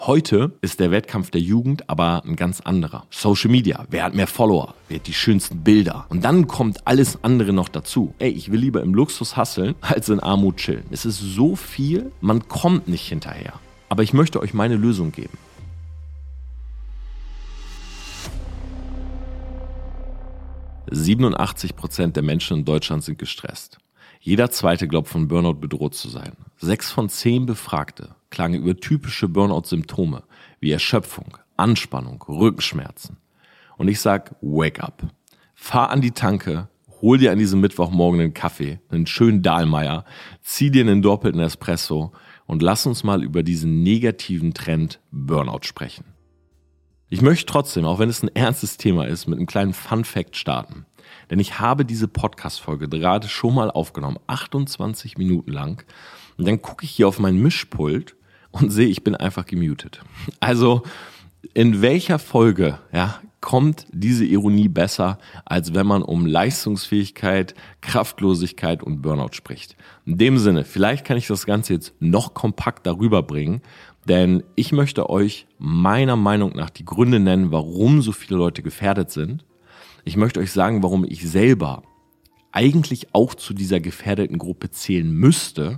Heute ist der Wettkampf der Jugend aber ein ganz anderer. Social Media, wer hat mehr Follower, wer hat die schönsten Bilder? Und dann kommt alles andere noch dazu. Ey, ich will lieber im Luxus hustlen, als in Armut chillen. Es ist so viel, man kommt nicht hinterher. Aber ich möchte euch meine Lösung geben. %87 der Menschen in Deutschland sind gestresst. Jeder Zweite glaubt, von Burnout bedroht zu sein. 6 von 10 Befragte klagen über typische Burnout-Symptome wie Erschöpfung, Anspannung, Rückenschmerzen. Und ich sag, wake up. Fahr an die Tanke, hol dir an diesem Mittwochmorgen einen Kaffee, einen schönen Dahlmeier, zieh dir einen doppelten Espresso und lass uns mal über diesen negativen Trend Burnout sprechen. Ich möchte trotzdem, auch wenn es ein ernstes Thema ist, mit einem kleinen Fun-Fact starten. Denn ich habe diese Podcast-Folge gerade schon mal aufgenommen, 28 Minuten lang. Und dann gucke ich hier auf mein Mischpult und sehe, ich bin einfach gemutet. Also in welcher Folge kommt diese Ironie besser, als wenn man um Leistungsfähigkeit, Kraftlosigkeit und Burnout spricht? In dem Sinne, vielleicht kann ich das Ganze jetzt noch kompakt darüber bringen, denn ich möchte euch meiner Meinung nach die Gründe nennen, warum so viele Leute gefährdet sind. Ich möchte euch sagen, warum ich selber eigentlich auch zu dieser gefährdeten Gruppe zählen müsste,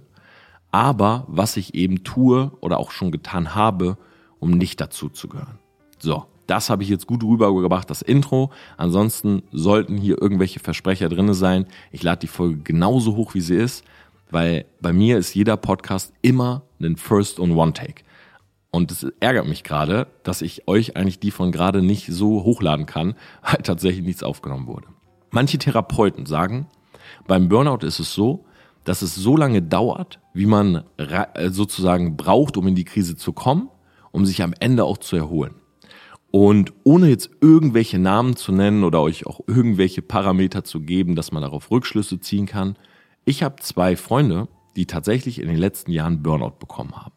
aber was ich eben tue oder auch schon getan habe, um nicht dazu zu gehören. So, das habe ich jetzt gut rübergebracht, das Intro. Ansonsten sollten hier irgendwelche Versprecher drin sein. Ich lade die Folge genauso hoch, wie sie ist, weil bei mir ist jeder Podcast immer ein First und One Take. Und es ärgert mich gerade, dass ich euch eigentlich die von gerade nicht so hochladen kann, weil tatsächlich nichts aufgenommen wurde. Manche Therapeuten sagen, beim Burnout ist es so, dass es so lange dauert, wie man sozusagen braucht, um in die Krise zu kommen, um sich am Ende auch zu erholen. Und ohne jetzt irgendwelche Namen zu nennen oder euch auch irgendwelche Parameter zu geben, dass man darauf Rückschlüsse ziehen kann, ich habe 2 Freunde, die tatsächlich in den letzten Jahren Burnout bekommen haben.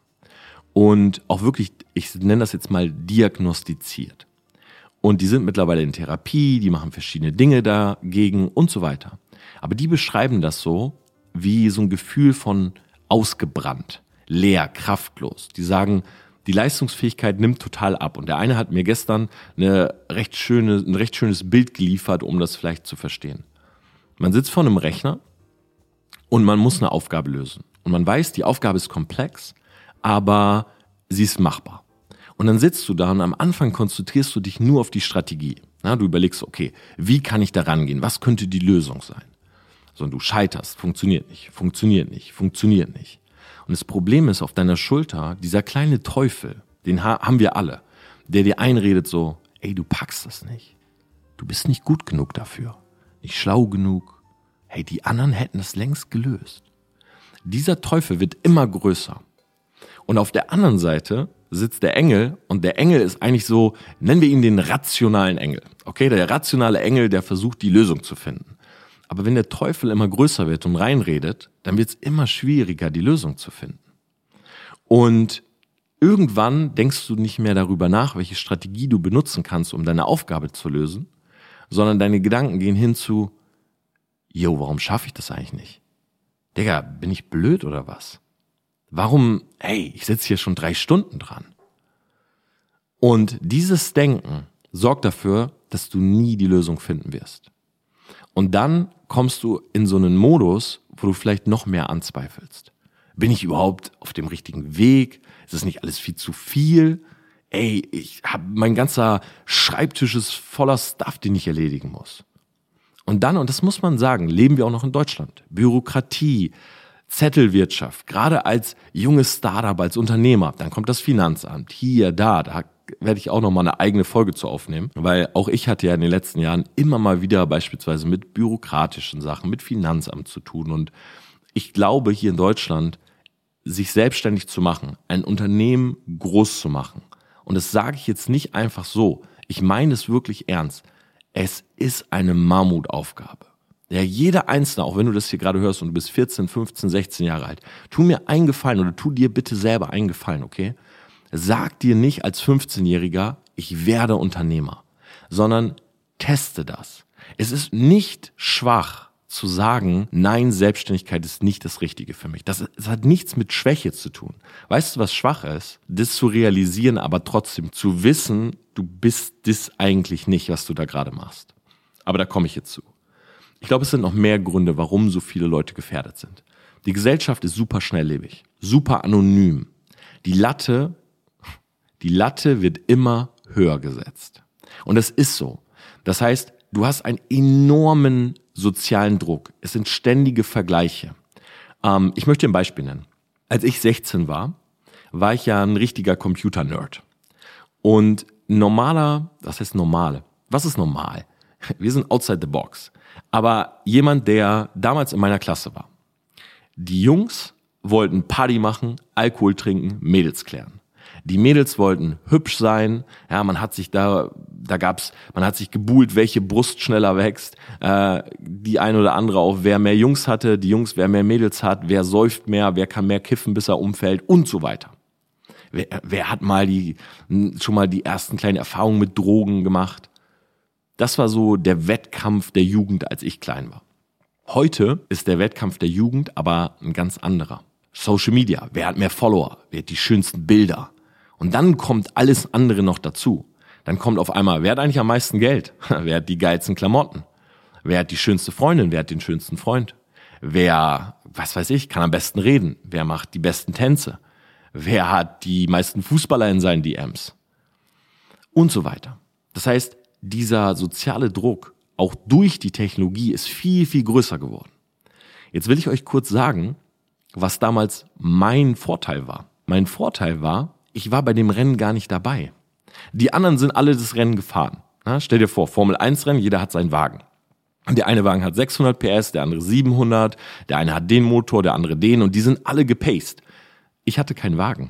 Und auch wirklich, ich nenne das jetzt mal diagnostiziert. Und die sind mittlerweile in Therapie, die machen verschiedene Dinge dagegen und so weiter. Aber die beschreiben das so wie so ein Gefühl von ausgebrannt, leer, kraftlos. Die sagen, die Leistungsfähigkeit nimmt total ab. Und der eine hat mir gestern ein recht schönes Bild geliefert, um das vielleicht zu verstehen. Man sitzt vor einem Rechner und man muss eine Aufgabe lösen. Und man weiß, die Aufgabe ist komplex, aber sie ist machbar. Und dann sitzt du da und am Anfang konzentrierst du dich nur auf die Strategie. Du überlegst, okay, wie kann ich da rangehen? Was könnte die Lösung sein? So, und du scheiterst, funktioniert nicht. Und das Problem ist, auf deiner Schulter, dieser kleine Teufel, den haben wir alle, der dir einredet so, ey, du packst das nicht. Du bist nicht gut genug dafür. Nicht schlau genug. Hey, die anderen hätten es längst gelöst. Dieser Teufel wird immer größer. Und auf der anderen Seite sitzt der Engel und der Engel ist eigentlich so, nennen wir ihn den rationalen Engel. Okay, der rationale Engel, der versucht, die Lösung zu finden. Aber wenn der Teufel immer größer wird und reinredet, dann wird es immer schwieriger, die Lösung zu finden. Und irgendwann denkst du nicht mehr darüber nach, welche Strategie du benutzen kannst, um deine Aufgabe zu lösen, sondern deine Gedanken gehen hin zu, warum schaffe ich das eigentlich nicht? Digga, bin ich blöd oder was? Warum, ich sitze hier schon 3 Stunden dran. Und dieses Denken sorgt dafür, dass du nie die Lösung finden wirst. Und dann kommst du in so einen Modus, wo du vielleicht noch mehr anzweifelst. Bin ich überhaupt auf dem richtigen Weg? Ist das nicht alles viel zu viel? Mein ganzer Schreibtisch ist voller Stuff, den ich erledigen muss. Und dann, und das muss man sagen, leben wir auch noch in Deutschland. Bürokratie, Zettelwirtschaft, gerade als junges Startup, als Unternehmer, dann kommt das Finanzamt, hier, da werde ich auch nochmal eine eigene Folge zu aufnehmen, weil auch ich hatte ja in den letzten Jahren immer mal wieder beispielsweise mit bürokratischen Sachen, mit Finanzamt zu tun und ich glaube hier in Deutschland, sich selbstständig zu machen, ein Unternehmen groß zu machen und das sage ich jetzt nicht einfach so, ich meine es wirklich ernst, es ist eine Mammutaufgabe. Ja, jeder Einzelne, auch wenn du das hier gerade hörst und du bist 14, 15, 16 Jahre alt, tu mir einen Gefallen oder tu dir bitte selber einen Gefallen, okay? Sag dir nicht als 15-Jähriger, ich werde Unternehmer, sondern teste das. Es ist nicht schwach, zu sagen, nein, Selbstständigkeit ist nicht das Richtige für mich. Das hat nichts mit Schwäche zu tun. Weißt du, was schwach ist? Das zu realisieren, aber trotzdem zu wissen, du bist das eigentlich nicht, was du da gerade machst. Aber da komme ich jetzt zu. Ich glaube, es sind noch mehr Gründe, warum so viele Leute gefährdet sind. Die Gesellschaft ist super schnelllebig, super anonym. Die Latte wird immer höher gesetzt. Und das ist so. Das heißt, du hast einen enormen sozialen Druck. Es sind ständige Vergleiche. Ich möchte dir ein Beispiel nennen. Als ich 16 war ich ja ein richtiger Computer-Nerd. Und was heißt normale? Was ist normal? Wir sind outside the box. Aber jemand, der damals in meiner Klasse war. Die Jungs wollten Party machen, Alkohol trinken, Mädels klären. Die Mädels wollten hübsch sein, ja, man hat sich gebuhlt, welche Brust schneller wächst, die ein oder andere auch, wer mehr Jungs hatte, die Jungs, wer mehr Mädels hat, wer säuft mehr, wer kann mehr kiffen, bis er umfällt und so weiter. Wer hat schon mal die ersten kleinen Erfahrungen mit Drogen gemacht? Das war so der Wettkampf der Jugend, als ich klein war. Heute ist der Wettkampf der Jugend aber ein ganz anderer. Social Media, wer hat mehr Follower, wer hat die schönsten Bilder? Und dann kommt alles andere noch dazu. Dann kommt auf einmal, wer hat eigentlich am meisten Geld? Wer hat die geilsten Klamotten? Wer hat die schönste Freundin? Wer hat den schönsten Freund? Wer, was weiß ich, kann am besten reden? Wer macht die besten Tänze? Wer hat die meisten Fußballer in seinen DMs? Und so weiter. Das heißt, dieser soziale Druck, auch durch die Technologie, ist viel, viel größer geworden. Jetzt will ich euch kurz sagen, was damals mein Vorteil war. Mein Vorteil war, ich war bei dem Rennen gar nicht dabei. Die anderen sind alle das Rennen gefahren. Na, stell dir vor, Formel-1-Rennen, jeder hat seinen Wagen. Und der eine Wagen hat 600 PS, der andere 700, der eine hat den Motor, der andere den und die sind alle gepaced. Ich hatte keinen Wagen.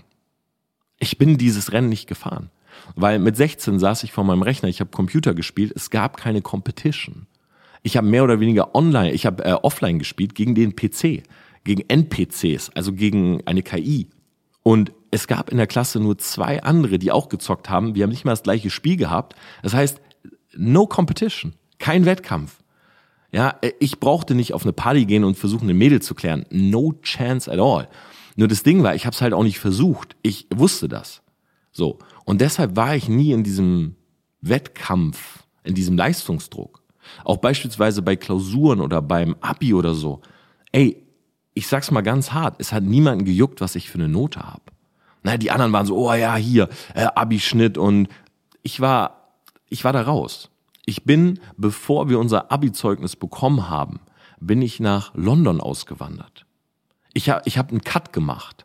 Ich bin dieses Rennen nicht gefahren. Weil mit 16 saß ich vor meinem Rechner, ich habe Computer gespielt, es gab keine Competition. Ich habe mehr oder weniger offline gespielt gegen den PC, gegen NPCs, also gegen eine KI. Und es gab in der Klasse nur 2 andere, die auch gezockt haben. Wir haben nicht mal das gleiche Spiel gehabt. Das heißt, no competition, kein Wettkampf. Ja, ich brauchte nicht auf eine Party gehen und versuchen, eine Mädel zu klären. No chance at all. Nur das Ding war, ich habe es halt auch nicht versucht. Ich wusste das. So. Und deshalb war ich nie in diesem Wettkampf, in diesem Leistungsdruck. Auch beispielsweise bei Klausuren oder beim Abi oder so. Ey, ich sag's mal ganz hart, es hat niemanden gejuckt, was ich für eine Note habe. Na, die anderen waren so, oh ja, hier, Abi-Schnitt und ich war da raus. Ich bin, bevor wir unser Abi-Zeugnis bekommen haben, bin ich nach London ausgewandert. Ich hab einen Cut gemacht.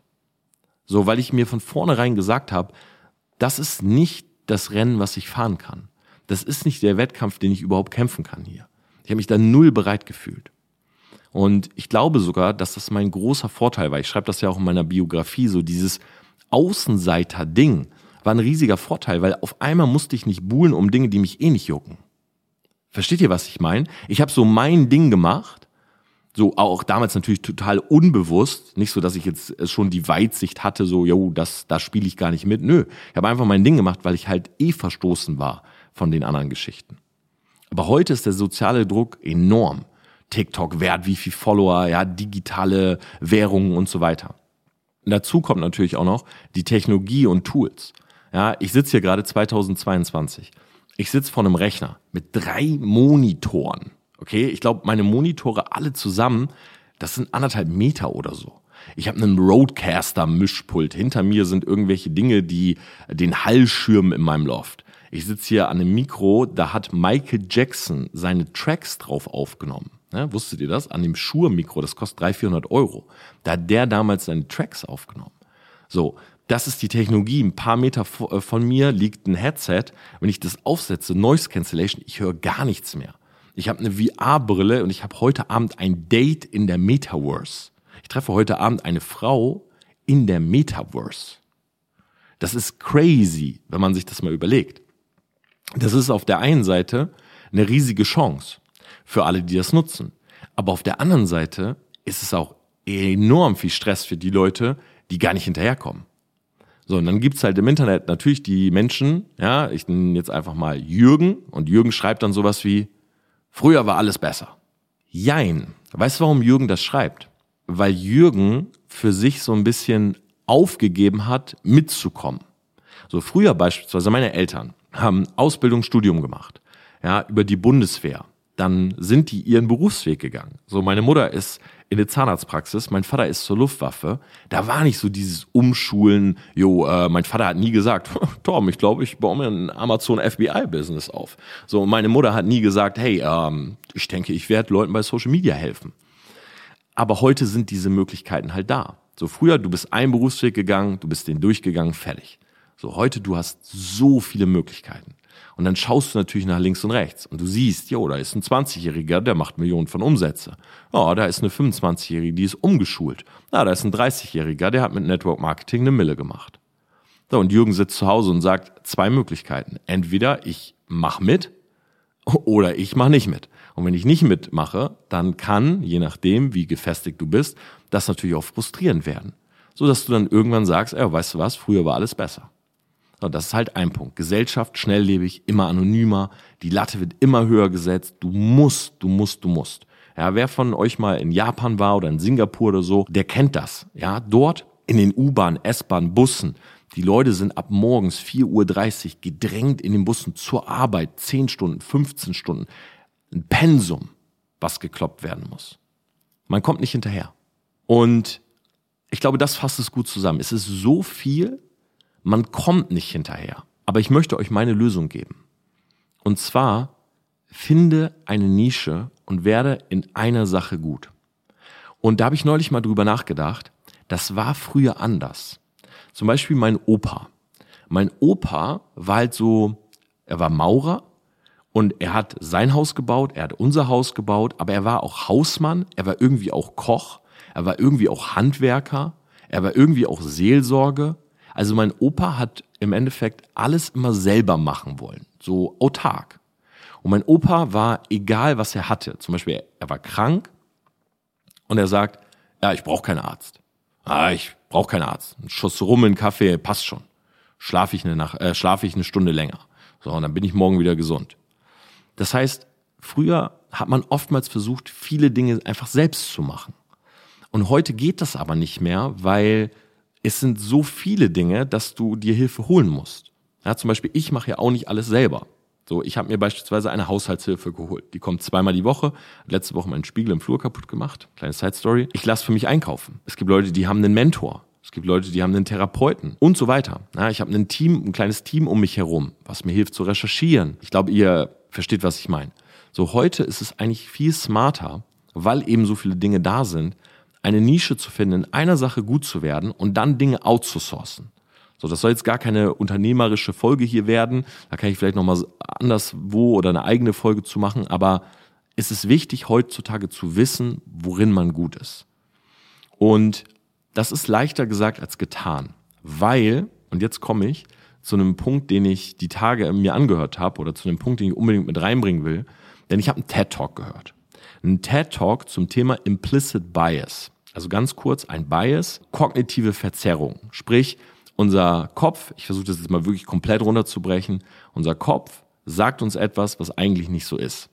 So, weil ich mir von vornherein gesagt habe, das ist nicht das Rennen, was ich fahren kann. Das ist nicht der Wettkampf, den ich überhaupt kämpfen kann hier. Ich habe mich da null bereit gefühlt. Und ich glaube sogar, dass das mein großer Vorteil war. Ich schreibe das ja auch in meiner Biografie, so dieses Außenseiter-Ding war ein riesiger Vorteil, weil auf einmal musste ich nicht buhlen um Dinge, die mich eh nicht jucken. Versteht ihr, was ich meine? Ich habe so mein Ding gemacht, so auch damals natürlich total unbewusst, nicht so, dass ich jetzt schon die Weitsicht hatte, so, da spiele ich gar nicht mit. Nö, ich habe einfach mein Ding gemacht, weil ich halt verstoßen war von den anderen Geschichten. Aber heute ist der soziale Druck enorm. TikTok, wer hat wie viel Follower, ja, digitale Währungen und so weiter. Und dazu kommt natürlich auch noch die Technologie und Tools. Ja, ich sitze hier gerade 2022. Ich sitze vor einem Rechner mit 3 Monitoren. Okay, ich glaube, meine Monitore alle zusammen, das sind 1,5 Meter oder so. Ich habe einen Rodecaster-Mischpult. Hinter mir sind irgendwelche Dinge, die den Hall schirmen in meinem Loft. Ich sitze hier an einem Mikro, da hat Michael Jackson seine Tracks drauf aufgenommen. Ja, wusstet ihr das? An dem Shure-Mikro, das kostet 300-400 Euro. Da hat der damals seine Tracks aufgenommen. So, das ist die Technologie. Ein paar Meter von mir liegt ein Headset. Wenn ich das aufsetze, Noise Cancellation, ich höre gar nichts mehr. Ich habe eine VR-Brille und ich habe heute Abend ein Date in der Metaverse. Ich treffe heute Abend eine Frau in der Metaverse. Das ist crazy, wenn man sich das mal überlegt. Das ist auf der einen Seite eine riesige Chance für alle, die das nutzen. Aber auf der anderen Seite ist es auch enorm viel Stress für die Leute, die gar nicht hinterherkommen. So, und dann gibt's halt im Internet natürlich die Menschen, ja, ich nenne jetzt einfach mal Jürgen, und Jürgen schreibt dann sowas wie, früher war alles besser. Jein. Weißt du, warum Jürgen das schreibt? Weil Jürgen für sich so ein bisschen aufgegeben hat, mitzukommen. So früher beispielsweise meine Eltern haben Ausbildung, Studium gemacht, ja, über die Bundeswehr. Dann sind die ihren Berufsweg gegangen. So, meine Mutter ist in der Zahnarztpraxis, mein Vater ist zur Luftwaffe. Da war nicht so dieses Umschulen, mein Vater hat nie gesagt, Tom, ich glaube, ich baue mir ein Amazon FBI-Business auf. So, meine Mutter hat nie gesagt, hey, ich denke, ich werde Leuten bei Social Media helfen. Aber heute sind diese Möglichkeiten halt da. So, früher, du bist einen Berufsweg gegangen, du bist den durchgegangen, fertig. So, heute, du hast so viele Möglichkeiten. Und dann schaust du natürlich nach links und rechts und du siehst, da ist ein 20-Jähriger, der macht Millionen von Umsätze. Ja, da ist eine 25-Jährige, die ist umgeschult. Ja, da ist ein 30-Jähriger, der hat mit Network Marketing 1 Mille gemacht. So, und Jürgen sitzt zu Hause und sagt, 2 Möglichkeiten. Entweder ich mache mit oder ich mache nicht mit. Und wenn ich nicht mitmache, dann kann, je nachdem, wie gefestigt du bist, das natürlich auch frustrierend werden. So dass du dann irgendwann sagst, weißt du was, früher war alles besser. Das ist halt ein Punkt. Gesellschaft, schnelllebig, immer anonymer, die Latte wird immer höher gesetzt. Du musst. Ja, wer von euch mal in Japan war oder in Singapur oder so, der kennt das. Ja, dort in den U-Bahn, S-Bahn, Bussen, die Leute sind ab morgens 4:30 Uhr gedrängt in den Bussen zur Arbeit, 10 Stunden, 15 Stunden. Ein Pensum, was gekloppt werden muss. Man kommt nicht hinterher. Und ich glaube, das fasst es gut zusammen. Es ist so viel, man kommt nicht hinterher. Aber ich möchte euch meine Lösung geben. Und zwar, finde eine Nische und werde in einer Sache gut. Und da habe ich neulich mal drüber nachgedacht, das war früher anders. Zum Beispiel mein Opa. Mein Opa war halt so, er war Maurer und er hat sein Haus gebaut, er hat unser Haus gebaut, aber er war auch Hausmann, er war irgendwie auch Koch, er war irgendwie auch Handwerker, er war irgendwie auch Seelsorge. Also mein Opa hat im Endeffekt alles immer selber machen wollen, so autark. Und mein Opa war, egal was er hatte, zum Beispiel er war krank und er sagt, ja, ich brauche keinen Arzt. Ich brauche keinen Arzt. Ein Schuss rum in Kaffee, passt schon. Schlafe ich eine Stunde länger. So, und dann bin ich morgen wieder gesund. Das heißt, früher hat man oftmals versucht, viele Dinge einfach selbst zu machen. Und heute geht das aber nicht mehr, weil es sind so viele Dinge, dass du dir Hilfe holen musst. Ja, zum Beispiel, ich mache ja auch nicht alles selber. So, ich habe mir beispielsweise eine Haushaltshilfe geholt. Die kommt 2-mal die Woche. Letzte Woche meinen Spiegel im Flur kaputt gemacht. Kleine Side-Story. Ich lasse für mich einkaufen. Es gibt Leute, die haben einen Mentor. Es gibt Leute, die haben einen Therapeuten und so weiter. Ja, ich habe ein kleines Team um mich herum, was mir hilft zu recherchieren. Ich glaube, ihr versteht, was ich meine. So, heute ist es eigentlich viel smarter, weil eben so viele Dinge da sind, eine Nische zu finden, in einer Sache gut zu werden und dann Dinge outzusourcen. So, das soll jetzt gar keine unternehmerische Folge hier werden. Da kann ich vielleicht nochmal anderswo oder eine eigene Folge zu machen. Aber es ist wichtig, heutzutage zu wissen, worin man gut ist. Und das ist leichter gesagt als getan. Weil, und jetzt komme ich zu einem Punkt, den ich die Tage mir angehört habe oder zu einem Punkt, den ich unbedingt mit reinbringen will. Denn ich habe einen TED-Talk gehört. Ein TED-Talk zum Thema Implicit Bias. Also ganz kurz, ein Bias, kognitive Verzerrung. Sprich, unser Kopf, ich versuche das jetzt mal wirklich komplett runterzubrechen, unser Kopf sagt uns etwas, was eigentlich nicht so ist.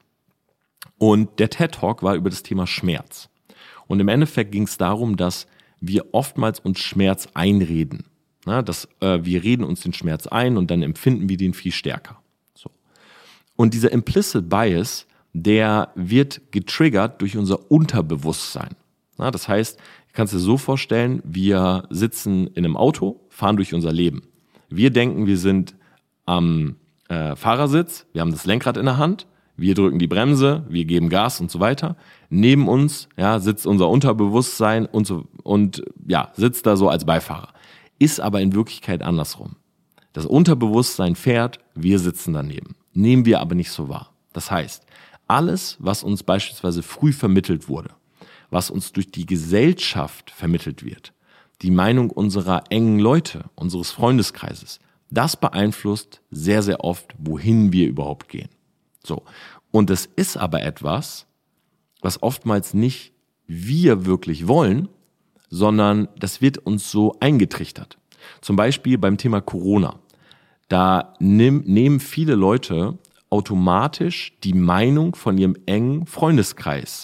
Und der TED-Talk war über das Thema Schmerz. Und im Endeffekt ging es darum, dass wir oftmals uns Schmerz einreden. Na, wir reden uns den Schmerz ein und dann empfinden wir den viel stärker. So. Und dieser Implicit Bias, der wird getriggert durch unser Unterbewusstsein. Na, das heißt, du kannst dir so vorstellen, wir sitzen in einem Auto, fahren durch unser Leben. Wir denken, wir sind am Fahrersitz, wir haben das Lenkrad in der Hand, wir drücken die Bremse, wir geben Gas und so weiter. Neben uns sitzt unser Unterbewusstsein und sitzt da so als Beifahrer. Ist aber in Wirklichkeit andersrum. Das Unterbewusstsein fährt, wir sitzen daneben. Nehmen wir aber nicht so wahr. Das heißt, alles, was uns beispielsweise früh vermittelt wurde, was uns durch die Gesellschaft vermittelt wird, die Meinung unserer engen Leute, unseres Freundeskreises, das beeinflusst sehr, sehr oft, wohin wir überhaupt gehen. So. Und es ist aber etwas, was oftmals nicht wir wirklich wollen, sondern das wird uns so eingetrichtert. Zum Beispiel beim Thema Corona. Da nehmen viele Leute automatisch die Meinung von ihrem engen Freundeskreis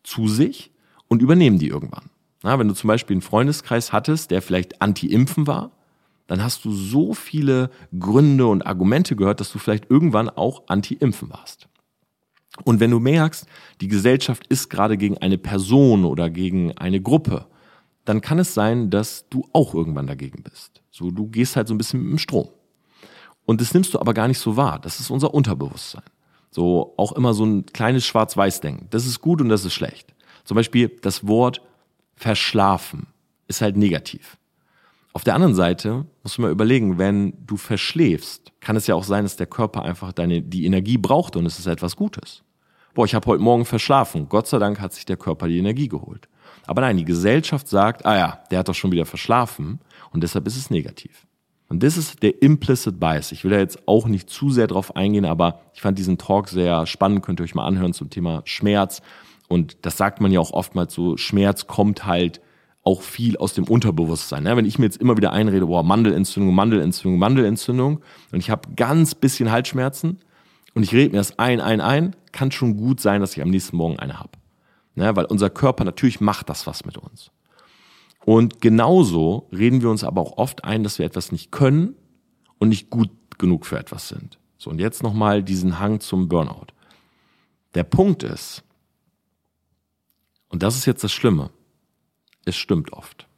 zu sich und übernehmen die irgendwann. Na, wenn du zum Beispiel einen Freundeskreis hattest, der vielleicht anti-Impfen war, dann hast du so viele Gründe und Argumente gehört, dass du vielleicht irgendwann auch anti-Impfen warst. Und wenn du merkst, die Gesellschaft ist gerade gegen eine Person oder gegen eine Gruppe, dann kann es sein, dass du auch irgendwann dagegen bist. So, du gehst halt so ein bisschen mit dem Strom. Und das nimmst du aber gar nicht so wahr. Das ist unser Unterbewusstsein. So auch immer so ein kleines Schwarz-Weiß-Denken. Das ist gut und das ist schlecht. Zum Beispiel das Wort verschlafen ist halt negativ. Auf der anderen Seite musst du mal überlegen, wenn du verschläfst, kann es ja auch sein, dass der Körper einfach die Energie braucht und es ist etwas Gutes. Ich habe heute Morgen verschlafen. Gott sei Dank hat sich der Körper die Energie geholt. Aber nein, die Gesellschaft sagt, der hat doch schon wieder verschlafen und deshalb ist es negativ. Und das ist der Implicit Bias. Ich will da jetzt auch nicht zu sehr drauf eingehen, aber ich fand diesen Talk sehr spannend, könnt ihr euch mal anhören zum Thema Schmerz. Und das sagt man ja auch oftmals so, Schmerz kommt halt auch viel aus dem Unterbewusstsein. Wenn ich mir jetzt immer wieder einrede, Mandelentzündung, und ich habe ganz bisschen Halsschmerzen und ich rede mir das ein, kann schon gut sein, dass ich am nächsten Morgen eine habe. Weil unser Körper, natürlich macht das was mit uns. Und genauso reden wir uns aber auch oft ein, dass wir etwas nicht können und nicht gut genug für etwas sind. So, und jetzt nochmal diesen Hang zum Burnout. Der Punkt ist, und das ist jetzt das Schlimme, es stimmt oft.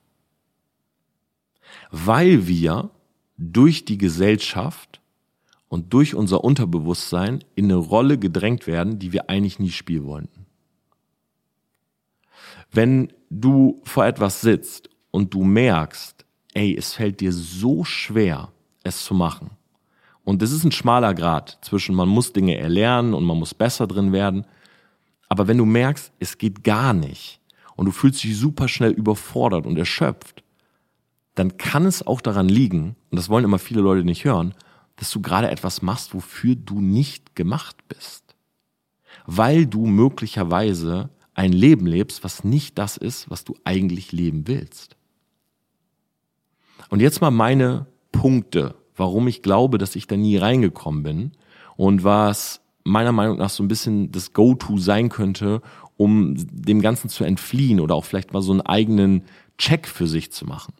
Weil wir durch die Gesellschaft und durch unser Unterbewusstsein in eine Rolle gedrängt werden, die wir eigentlich nie spielen wollten. Wenn du vor etwas sitzt und du merkst, es fällt dir so schwer, es zu machen. Und es ist ein schmaler Grat zwischen, man muss Dinge erlernen und man muss besser drin werden. Aber wenn du merkst, es geht gar nicht und du fühlst dich super schnell überfordert und erschöpft, dann kann es auch daran liegen, und das wollen immer viele Leute nicht hören, dass du gerade etwas machst, wofür du nicht gemacht bist. Weil du möglicherweise ein Leben lebst, was nicht das ist, was du eigentlich leben willst. Und jetzt mal meine Punkte, warum ich glaube, dass ich da nie reingekommen bin und was meiner Meinung nach so ein bisschen das Go-To sein könnte, um dem Ganzen zu entfliehen oder auch vielleicht mal so einen eigenen Check für sich zu machen.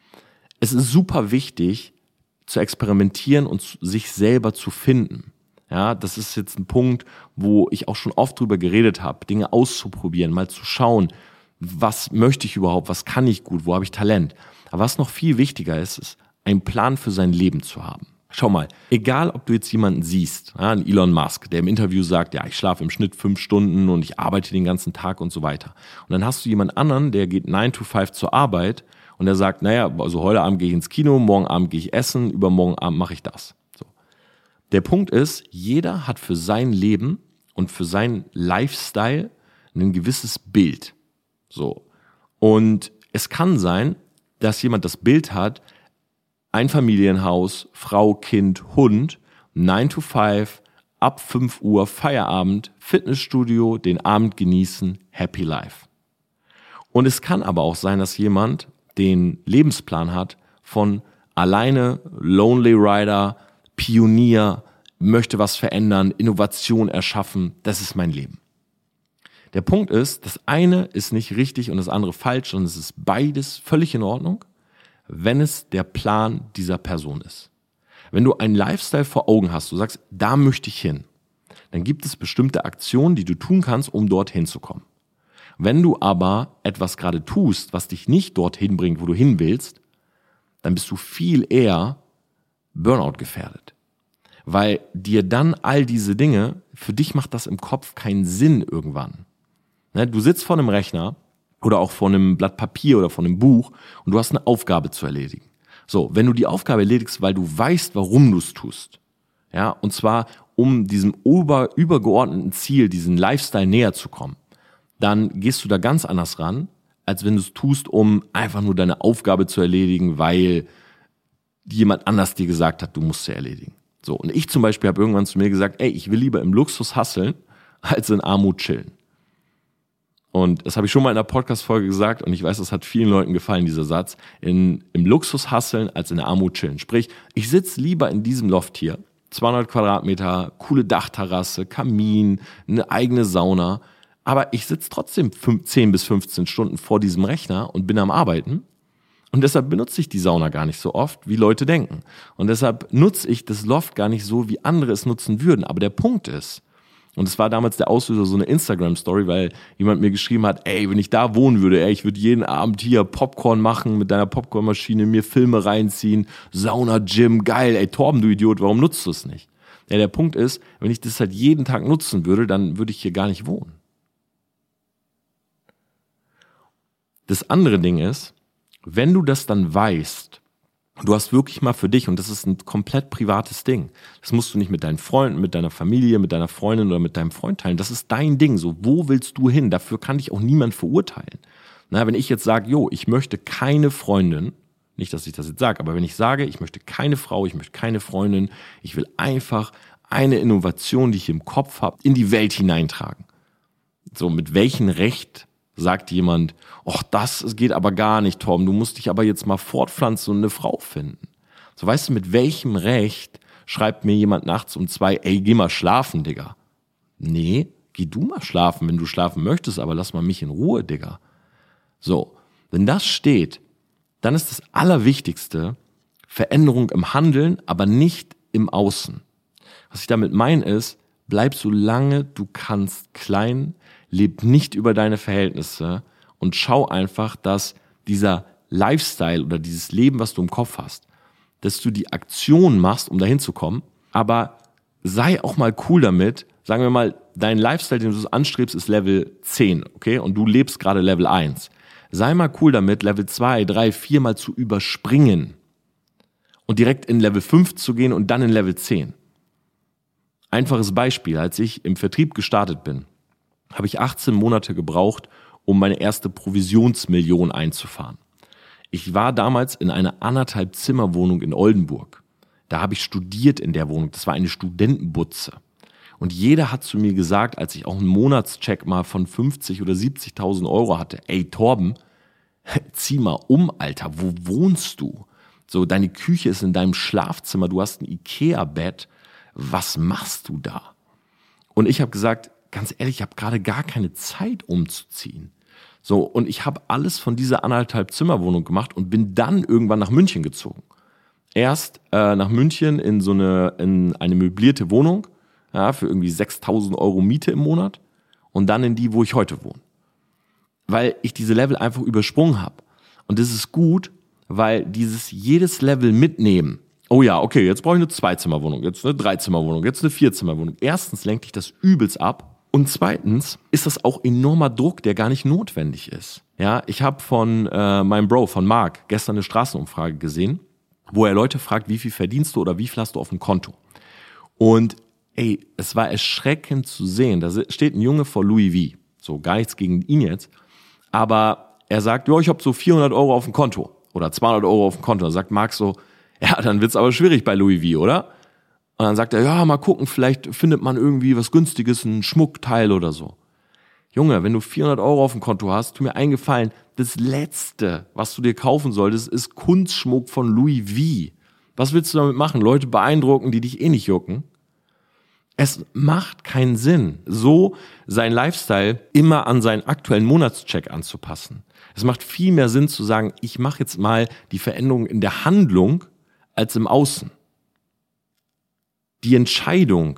Es ist super wichtig, zu experimentieren und sich selber zu finden. Ja, das ist jetzt ein Punkt, wo ich auch schon oft drüber geredet habe, Dinge auszuprobieren, mal zu schauen, was möchte ich überhaupt, was kann ich gut, wo habe ich Talent. Aber was noch viel wichtiger ist, ist, einen Plan für sein Leben zu haben. Schau mal, egal ob du jetzt jemanden siehst, einen Elon Musk, der im Interview sagt, ich schlafe im Schnitt 5 Stunden und ich arbeite den ganzen Tag und so weiter. Und dann hast du jemand anderen, der geht 9 to 5 zur Arbeit und der sagt, also heute Abend gehe ich ins Kino, morgen Abend gehe ich essen, übermorgen Abend mache ich das. So. Der Punkt ist, jeder hat für sein Leben und für seinen Lifestyle ein gewisses Bild. So. Und es kann sein, dass jemand das Bild hat, ein Familienhaus, Frau, Kind, Hund, 9 to 5, ab 5 Uhr Feierabend, Fitnessstudio, den Abend genießen, Happy Life. Und es kann aber auch sein, dass jemand den Lebensplan hat von alleine, Lonely Rider, Pionier, möchte was verändern, Innovation erschaffen, das ist mein Leben. Der Punkt ist, das eine ist nicht richtig und das andere falsch, und es ist beides völlig in Ordnung, wenn es der Plan dieser Person ist. Wenn du einen Lifestyle vor Augen hast, du sagst, da möchte ich hin, dann gibt es bestimmte Aktionen, die du tun kannst, um dorthin zu kommen. Wenn du aber etwas gerade tust, was dich nicht dorthin bringt, wo du hin willst, dann bist du viel eher Burnout gefährdet. Weil dir dann all diese Dinge, für dich macht das im Kopf keinen Sinn irgendwann. Du sitzt vor einem Rechner oder auch vor einem Blatt Papier oder vor einem Buch und du hast eine Aufgabe zu erledigen. So, wenn du die Aufgabe erledigst, weil du weißt, warum du es tust, und zwar um diesem übergeordneten Ziel, diesen Lifestyle näher zu kommen, dann gehst du da ganz anders ran, als wenn du es tust, um einfach nur deine Aufgabe zu erledigen, weil jemand anders dir gesagt hat, du musst sie erledigen. So, und ich zum Beispiel habe irgendwann zu mir gesagt, ich will lieber im Luxus hustlen, als in Armut chillen. Und das habe ich schon mal in einer Podcast-Folge gesagt und ich weiß, das hat vielen Leuten gefallen, dieser Satz, im Luxus hustlen, als in der Armut chillen. Sprich, ich sitze lieber in diesem Loft hier, 200 Quadratmeter, coole Dachterrasse, Kamin, eine eigene Sauna, Aber ich sitze trotzdem 10 bis 15 Stunden vor diesem Rechner und bin am Arbeiten. Und deshalb benutze ich die Sauna gar nicht so oft, wie Leute denken. Und deshalb nutze ich das Loft gar nicht so, wie andere es nutzen würden. Aber der Punkt ist, und es war damals der Auslöser so eine Instagram-Story, weil jemand mir geschrieben hat, ey, wenn ich da wohnen würde, ey, ich würde jeden Abend hier Popcorn machen mit deiner Popcornmaschine, mir Filme reinziehen, Sauna, Gym, geil, ey, Torben, du Idiot, warum nutzt du es nicht? Ja, der Punkt ist, wenn ich das halt jeden Tag nutzen würde, dann würde ich hier gar nicht wohnen. Das andere Ding ist, wenn du das dann weißt, du hast wirklich mal für dich, und das ist ein komplett privates Ding, das musst du nicht mit deinen Freunden, mit deiner Familie, mit deiner Freundin oder mit deinem Freund teilen, das ist dein Ding, so, wo willst du hin? Dafür kann dich auch niemand verurteilen. Na, wenn ich jetzt sage, ich möchte keine Freundin, nicht, dass ich das jetzt sage, aber wenn ich sage, ich möchte keine Frau, ich möchte keine Freundin, ich will einfach eine Innovation, die ich im Kopf habe, in die Welt hineintragen. So, mit welchem Recht sagt jemand, das geht aber gar nicht, Torben, du musst dich aber jetzt mal fortpflanzen und eine Frau finden. So, weißt du, mit welchem Recht schreibt mir jemand nachts um 2, ey, geh mal schlafen, Digga. Nee, geh du mal schlafen, wenn du schlafen möchtest, aber lass mal mich in Ruhe, Digga. So, wenn das steht, dann ist das Allerwichtigste Veränderung im Handeln, aber nicht im Außen. Was ich damit meine ist, bleib so lange du kannst klein, leb nicht über deine Verhältnisse und schau einfach, dass dieser Lifestyle oder dieses Leben, was du im Kopf hast, dass du die Aktion machst, um dahin zu kommen, aber sei auch mal cool damit, sagen wir mal, dein Lifestyle, den du anstrebst, ist Level 10, okay, und du lebst gerade Level 1. Sei mal cool damit, Level 2, 3, 4 mal zu überspringen und direkt in Level 5 zu gehen und dann in Level 10. Einfaches Beispiel, als ich im Vertrieb gestartet bin, habe ich 18 Monate gebraucht, um meine erste Provisionsmillion einzufahren. Ich war damals in einer 1,5 Zimmerwohnung in Oldenburg. Da habe ich studiert in der Wohnung. Das war eine Studentenbutze. Und jeder hat zu mir gesagt, als ich auch einen Monatscheck mal von 50.000 oder 70.000 Euro hatte, ey Torben, zieh mal um, Alter, wo wohnst du? So, deine Küche ist in deinem Schlafzimmer, du hast ein Ikea-Bett, was machst du da? Und ich habe gesagt, ganz ehrlich, ich habe gerade gar keine Zeit umzuziehen. So, und ich habe alles von dieser 1,5 Zimmerwohnung gemacht und bin dann irgendwann nach München gezogen. Erst nach München in eine möblierte Wohnung, ja, für irgendwie 6.000 Euro Miete im Monat und dann in die, wo ich heute wohne. Weil ich diese Level einfach übersprungen habe. Und das ist gut, weil jedes Level mitnehmen, oh ja, okay, jetzt brauche ich eine 2-Zimmerwohnung, jetzt eine 3-Zimmerwohnung, jetzt eine 4-Zimmerwohnung. Erstens lenkt dich das übelst ab. Und zweitens ist das auch enormer Druck, der gar nicht notwendig ist. Ja, ich habe von meinem Bro, von Marc, gestern eine Straßenumfrage gesehen, wo er Leute fragt, wie viel verdienst du oder wie viel hast du auf dem Konto? Und es war erschreckend zu sehen, da steht ein Junge vor Louis V, so gar nichts gegen ihn jetzt, aber er sagt, ich habe so 400 Euro auf dem Konto oder 200 Euro auf dem Konto. Da sagt Marc so, ja, dann wird's aber schwierig bei Louis V, oder? Und dann sagt er, ja, mal gucken, vielleicht findet man irgendwie was Günstiges, ein Schmuckteil oder so. Junge, wenn du 400 Euro auf dem Konto hast, tu mir einen Gefallen, das Letzte, was du dir kaufen solltest, ist Kunstschmuck von Louis V. Was willst du damit machen? Leute beeindrucken, die dich eh nicht jucken? Es macht keinen Sinn, so sein Lifestyle immer an seinen aktuellen Monatscheck anzupassen. Es macht viel mehr Sinn zu sagen, ich mache jetzt mal die Veränderung in der Handlung als im Außen. Die Entscheidung,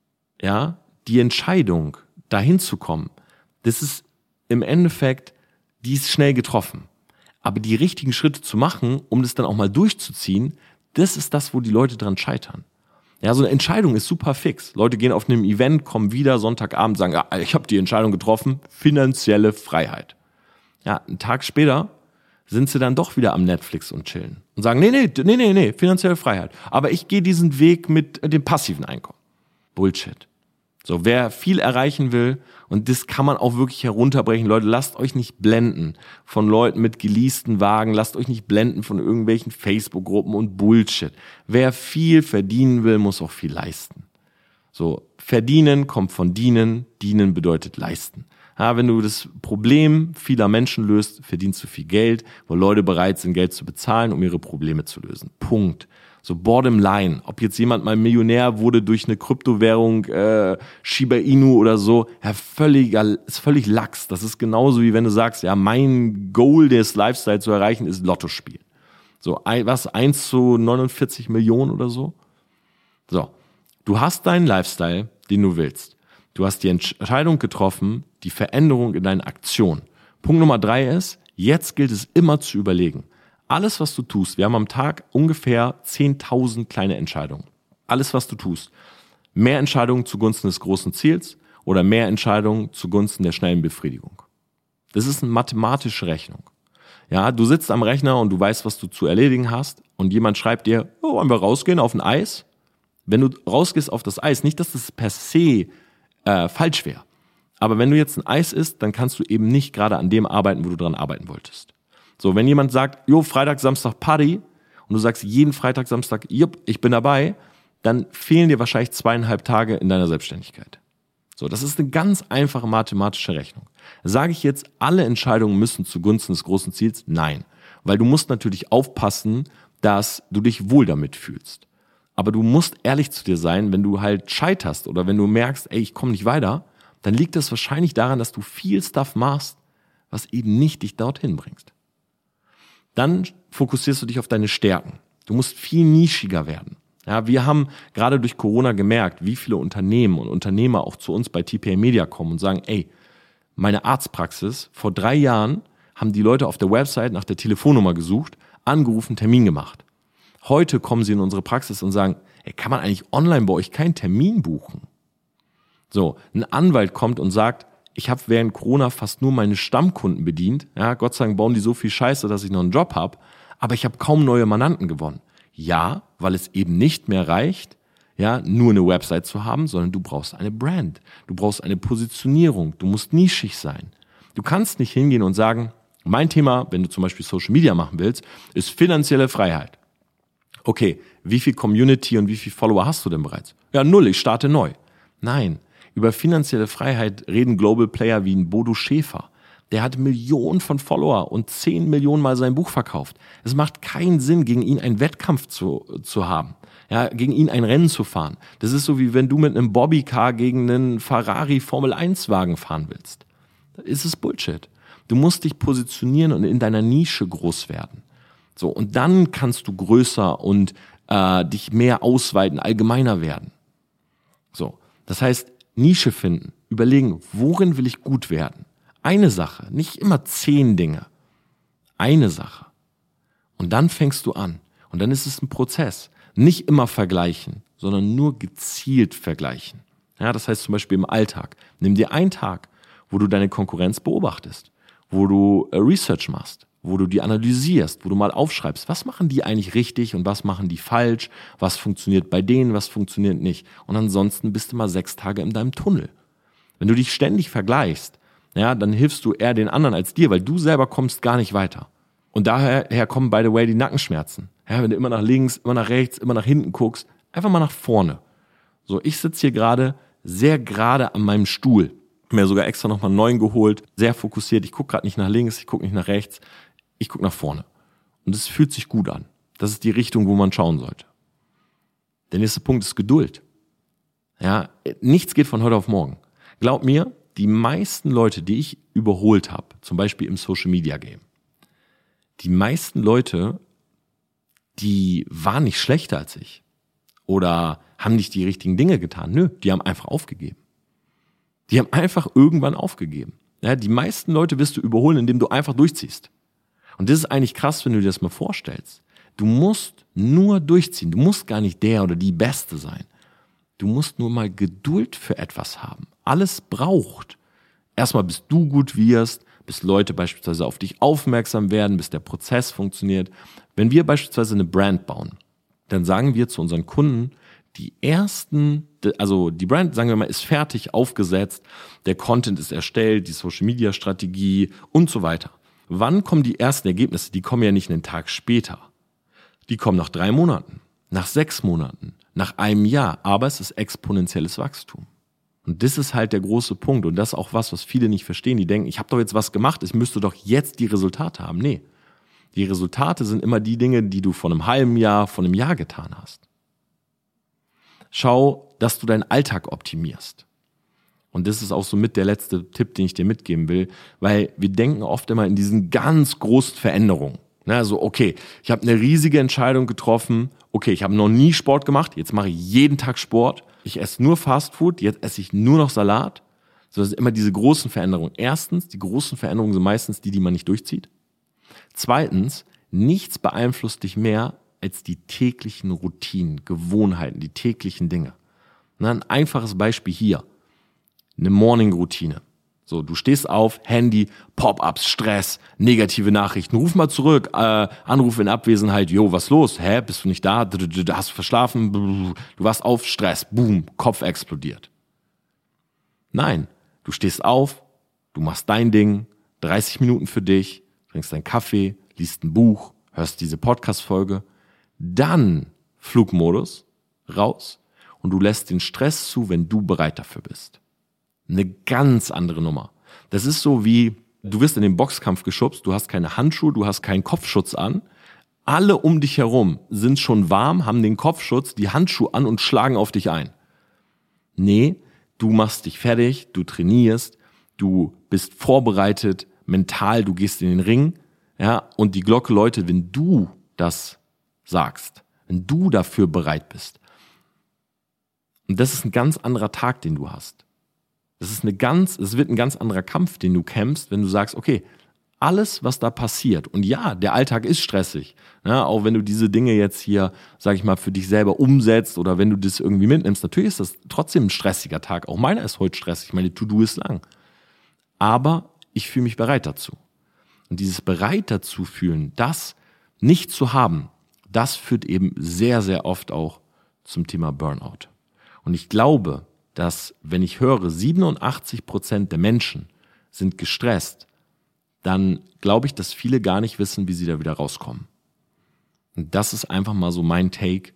dahin zu kommen, das ist im Endeffekt, die ist schnell getroffen. Aber die richtigen Schritte zu machen, um das dann auch mal durchzuziehen, das ist das, wo die Leute dran scheitern. Ja, so eine Entscheidung ist super fix. Leute gehen auf einem Event, kommen wieder Sonntagabend, sagen, ich habe die Entscheidung getroffen, finanzielle Freiheit. Ja, einen Tag später sind sie dann doch wieder am Netflix und chillen und sagen, nee, finanzielle Freiheit. Aber ich gehe diesen Weg mit dem passiven Einkommen. Bullshit. So, wer viel erreichen will, und das kann man auch wirklich herunterbrechen, Leute, lasst euch nicht blenden von Leuten mit geleasten Wagen, lasst euch nicht blenden von irgendwelchen Facebook-Gruppen und Bullshit. Wer viel verdienen will, muss auch viel leisten. So, verdienen kommt von dienen, dienen bedeutet leisten. Ja, wenn du das Problem vieler Menschen löst, verdienst du viel Geld, wo Leute bereit sind, Geld zu bezahlen, um ihre Probleme zu lösen. Punkt. So bottom line, ob jetzt jemand mal Millionär wurde durch eine Kryptowährung, Shiba Inu oder so, ja, ist völlig Lachs. Das ist genauso wie wenn du sagst, ja, mein Goal des Lifestyle zu erreichen ist Lotto spielen. So, 1 zu 49 Millionen oder so? So, du hast deinen Lifestyle, den du willst. Du hast die Entscheidung getroffen, die Veränderung in deinen Aktionen. Punkt Nummer 3 ist, jetzt gilt es immer zu überlegen. Alles, was du tust, wir haben am Tag ungefähr 10.000 kleine Entscheidungen. Alles, was du tust, mehr Entscheidungen zugunsten des großen Ziels oder mehr Entscheidungen zugunsten der schnellen Befriedigung. Das ist eine mathematische Rechnung. Ja, du sitzt am Rechner und du weißt, was du zu erledigen hast und jemand schreibt dir, oh, wollen wir rausgehen auf ein Eis? Wenn du rausgehst auf das Eis, nicht, dass das per se falsch wäre, aber wenn du jetzt ein Eis isst, dann kannst du eben nicht gerade an dem arbeiten, wo du dran arbeiten wolltest. So, wenn jemand sagt, jo, Freitag, Samstag Party und du sagst jeden Freitag, Samstag, jupp, ich bin dabei, dann fehlen dir wahrscheinlich 2,5 Tage in deiner Selbstständigkeit. So, das ist eine ganz einfache mathematische Rechnung. Sage ich jetzt, alle Entscheidungen müssen zugunsten des großen Ziels? Nein, weil du musst natürlich aufpassen, dass du dich wohl damit fühlst. Aber du musst ehrlich zu dir sein, wenn du halt scheiterst oder wenn du merkst, ey, ich komme nicht weiter, dann liegt das wahrscheinlich daran, dass du viel Stuff machst, was eben nicht dich dorthin bringt. Dann fokussierst du dich auf deine Stärken. Du musst viel nischiger werden. Ja, wir haben gerade durch Corona gemerkt, wie viele Unternehmen und Unternehmer auch zu uns bei TPA Media kommen und sagen, ey, meine Arztpraxis, vor 3 Jahren haben die Leute auf der Website nach der Telefonnummer gesucht, angerufen, Termin gemacht. Heute kommen sie in unsere Praxis und sagen, ey, kann man eigentlich online bei euch keinen Termin buchen? So, ein Anwalt kommt und sagt, ich habe während Corona fast nur meine Stammkunden bedient. Ja, Gott sei Dank bauen die so viel Scheiße, dass ich noch einen Job habe, aber ich habe kaum neue Mandanten gewonnen. Ja, weil es eben nicht mehr reicht, ja, nur eine Website zu haben, sondern du brauchst eine Brand. Du brauchst eine Positionierung. Du musst nischig sein. Du kannst nicht hingehen und sagen, mein Thema, wenn du zum Beispiel Social Media machen willst, ist finanzielle Freiheit. Okay, wie viel Community und wie viel Follower hast du denn bereits? Ja, 0, ich starte neu. Nein, über finanzielle Freiheit reden Global Player wie ein Bodo Schäfer. Der hat Millionen von Follower und 10 Millionen Mal sein Buch verkauft. Es macht keinen Sinn, gegen ihn einen Wettkampf zu haben. Ja, gegen ihn ein Rennen zu fahren. Das ist so, wie wenn du mit einem Bobbycar gegen einen Ferrari Formel-1-Wagen fahren willst. Das ist Bullshit. Du musst dich positionieren und in deiner Nische groß werden. So, und dann kannst du größer und dich mehr ausweiten, allgemeiner werden. So, das heißt, Nische finden, überlegen, worin will ich gut werden? Eine Sache, nicht immer 10 Dinge. Eine Sache. Und dann fängst du an. Und dann ist es ein Prozess. Nicht immer vergleichen, sondern nur gezielt vergleichen. Ja, das heißt zum Beispiel im Alltag. Nimm dir einen Tag, wo du deine Konkurrenz beobachtest, wo du Research machst, wo du die analysierst, wo du mal aufschreibst, was machen die eigentlich richtig und was machen die falsch, was funktioniert bei denen, was funktioniert nicht. Und ansonsten bist du mal 6 Tage in deinem Tunnel. Wenn du dich ständig vergleichst, ja, dann hilfst du eher den anderen als dir, weil du selber kommst gar nicht weiter. Und daher kommen, by the way, die Nackenschmerzen. Ja, wenn du immer nach links, immer nach rechts, immer nach hinten guckst, einfach mal nach vorne. So, ich sitze hier gerade sehr gerade an meinem Stuhl. Hab mir sogar extra nochmal einen neuen geholt, sehr fokussiert. Ich gucke gerade nicht nach links, ich gucke nicht nach rechts, ich gucke nach vorne. Und es fühlt sich gut an. Das ist die Richtung, wo man schauen sollte. Der nächste Punkt ist Geduld. Ja, nichts geht von heute auf morgen. Glaub mir, die meisten Leute, die ich überholt habe, zum Beispiel im Social Media Game, die meisten Leute, die waren nicht schlechter als ich oder haben nicht die richtigen Dinge getan. Nö, die haben einfach aufgegeben. Die haben einfach irgendwann aufgegeben. Ja, die meisten Leute wirst du überholen, indem du einfach durchziehst. Und das ist eigentlich krass, wenn du dir das mal vorstellst. Du musst nur durchziehen. Du musst gar nicht der oder die Beste sein. Du musst nur mal Geduld für etwas haben. Alles braucht. Erstmal, bis du gut wirst, bis Leute beispielsweise auf dich aufmerksam werden, bis der Prozess funktioniert. Wenn wir beispielsweise eine Brand bauen, dann sagen wir zu unseren Kunden, die Brand, sagen wir mal, ist fertig aufgesetzt, der Content ist erstellt, die Social-Media-Strategie und so weiter. Wann kommen die ersten Ergebnisse? Die kommen ja nicht einen Tag später. Die kommen nach 3 Monaten, nach 6 Monaten, nach einem Jahr. Aber es ist exponentielles Wachstum. Und das ist halt der große Punkt. Und das ist auch was viele nicht verstehen. Die denken, ich habe doch jetzt was gemacht, ich müsste doch jetzt die Resultate haben. Nee, Die Resultate sind immer die Dinge, die du vor einem halben Jahr, vor einem Jahr getan hast. Schau, dass du deinen Alltag optimierst. Und das ist auch so mit der letzte Tipp, den ich dir mitgeben will, weil wir denken oft immer in diesen ganz großen Veränderungen. Also okay, ich habe eine riesige Entscheidung getroffen, okay, ich habe noch nie Sport gemacht, jetzt mache ich jeden Tag Sport, ich esse nur Fastfood, jetzt esse ich nur noch Salat. So, das sind immer diese großen Veränderungen. Erstens, die großen Veränderungen sind meistens die man nicht durchzieht. Zweitens, nichts beeinflusst dich mehr als die täglichen Routinen, Gewohnheiten, die täglichen Dinge. Ein einfaches Beispiel hier. Eine Morning-Routine. So, du stehst auf, Handy, Pop-ups, Stress, negative Nachrichten. Ruf mal zurück, Anruf in Abwesenheit. Jo, was los? Hä, bist du nicht da? Hast du verschlafen? Du warst auf, Stress, boom, Kopf explodiert. Nein, du stehst auf, du machst dein Ding, 30 Minuten für dich, trinkst deinen Kaffee, liest ein Buch, hörst diese Podcast-Folge, dann Flugmodus, raus und du lässt den Stress zu, wenn du bereit dafür bist. Eine ganz andere Nummer. Das ist so wie, du wirst in den Boxkampf geschubst, du hast keine Handschuhe, du hast keinen Kopfschutz an. Alle um dich herum sind schon warm, haben den Kopfschutz, die Handschuhe an und schlagen auf dich ein. Nee, du machst dich fertig, du trainierst, du bist vorbereitet, mental, du gehst in den Ring, ja, und die Glocke läutet, wenn du das sagst, wenn du dafür bereit bist. Und das ist ein ganz anderer Tag, den du hast. Es wird ein ganz anderer Kampf, den du kämpfst, wenn du sagst, okay, alles, was da passiert, und ja, der Alltag ist stressig, ja, auch wenn du diese Dinge jetzt hier, sag ich mal, für dich selber umsetzt oder wenn du das irgendwie mitnimmst, natürlich ist das trotzdem ein stressiger Tag, auch meiner ist heute stressig, meine To-Do ist lang, aber ich fühle mich bereit dazu. Und dieses bereit dazu fühlen, das nicht zu haben, das führt eben sehr, sehr oft auch zum Thema Burnout. Und ich glaube, dass, wenn ich höre, 87% der Menschen sind gestresst, dann glaube ich, dass viele gar nicht wissen, wie sie da wieder rauskommen. Und das ist einfach mal so mein Take,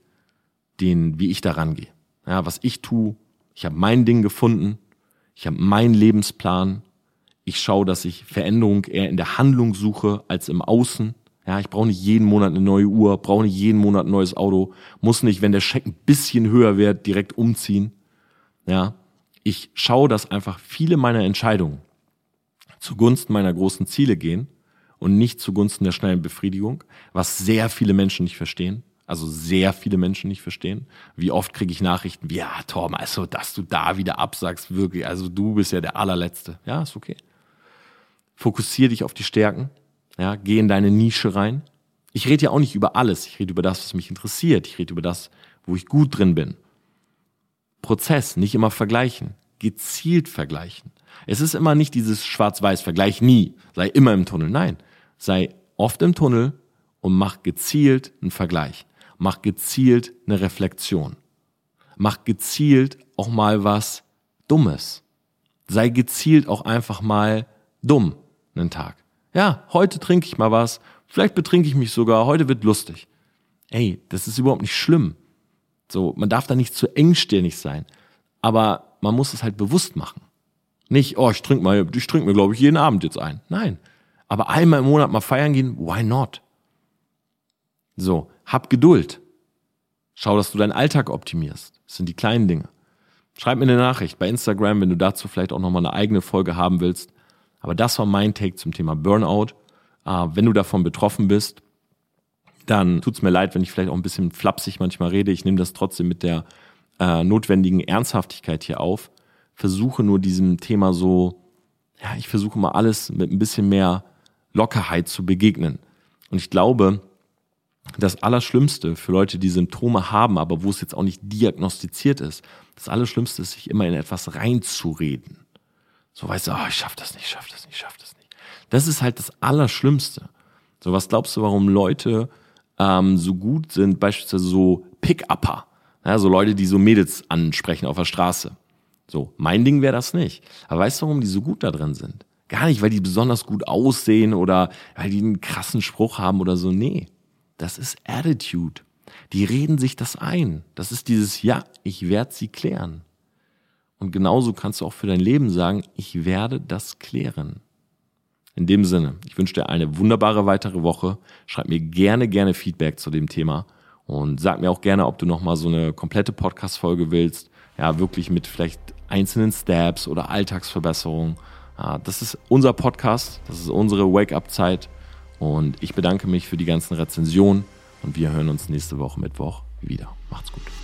wie ich da rangehe. Ja, was ich tue, ich habe mein Ding gefunden, ich habe meinen Lebensplan, ich schaue, dass ich Veränderung eher in der Handlung suche als im Außen. Ja, ich brauche nicht jeden Monat eine neue Uhr, brauche nicht jeden Monat ein neues Auto, muss nicht, wenn der Scheck ein bisschen höher wird, direkt umziehen. Ja, ich schaue, dass einfach viele meiner Entscheidungen zugunsten meiner großen Ziele gehen und nicht zugunsten der schnellen Befriedigung, was sehr viele Menschen nicht verstehen. Also sehr viele Menschen nicht verstehen. Wie oft kriege ich Nachrichten wie, ja, Torben, also, dass du da wieder absagst, wirklich, also du bist ja der Allerletzte. Ja, ist okay. Fokussiere dich auf die Stärken, ja, geh in deine Nische rein. Ich rede ja auch nicht über alles, ich rede über das, was mich interessiert, ich rede über das, wo ich gut drin bin. Prozess, nicht immer vergleichen, gezielt vergleichen. Es ist immer nicht dieses Schwarz-Weiß-Vergleich, nie, sei immer im Tunnel. Nein, sei oft im Tunnel und mach gezielt einen Vergleich. Mach gezielt eine Reflexion. Mach gezielt auch mal was Dummes. Sei gezielt auch einfach mal dumm einen Tag. Ja, heute trinke ich mal was, vielleicht betrinke ich mich sogar, heute wird lustig. Ey, das ist überhaupt nicht schlimm. So, man darf da nicht zu engstirnig sein. Aber man muss es halt bewusst machen. Nicht, ich trinke mir, glaube ich, jeden Abend jetzt ein. Nein. Aber einmal im Monat mal feiern gehen, why not? So, hab Geduld. Schau, dass du deinen Alltag optimierst. Das sind die kleinen Dinge. Schreib mir eine Nachricht bei Instagram, wenn du dazu vielleicht auch nochmal eine eigene Folge haben willst. Aber das war mein Take zum Thema Burnout. Wenn du davon betroffen bist, dann tut's mir leid, wenn ich vielleicht auch ein bisschen flapsig manchmal rede. Ich nehme das trotzdem mit der notwendigen Ernsthaftigkeit hier auf. Versuche nur diesem Thema ich versuche mal alles mit ein bisschen mehr Lockerheit zu begegnen. Und ich glaube, das Allerschlimmste für Leute, die Symptome haben, aber wo es jetzt auch nicht diagnostiziert ist, das Allerschlimmste ist, sich immer in etwas reinzureden. So, weißt du, ich schaff das nicht. Das ist halt das Allerschlimmste. So, was glaubst du, warum Leute so gut sind, beispielsweise so Pick-Upper, ja, so Leute, die so Mädels ansprechen auf der Straße. So, mein Ding wäre das nicht. Aber weißt du, warum die so gut da drin sind? Gar nicht, weil die besonders gut aussehen oder weil die einen krassen Spruch haben oder so. Nee, das ist Attitude. Die reden sich das ein. Das ist dieses, ja, ich werde sie klären. Und genauso kannst du auch für dein Leben sagen, ich werde das klären. In dem Sinne, ich wünsche dir eine wunderbare weitere Woche. Schreib mir gerne Feedback zu dem Thema und sag mir auch gerne, ob du nochmal so eine komplette Podcast-Folge willst. Ja, wirklich mit vielleicht einzelnen Steps oder Alltagsverbesserungen. Ja, das ist unser Podcast, das ist unsere Wake-up-Zeit und ich bedanke mich für die ganzen Rezensionen und wir hören uns nächste Woche Mittwoch wieder. Macht's gut.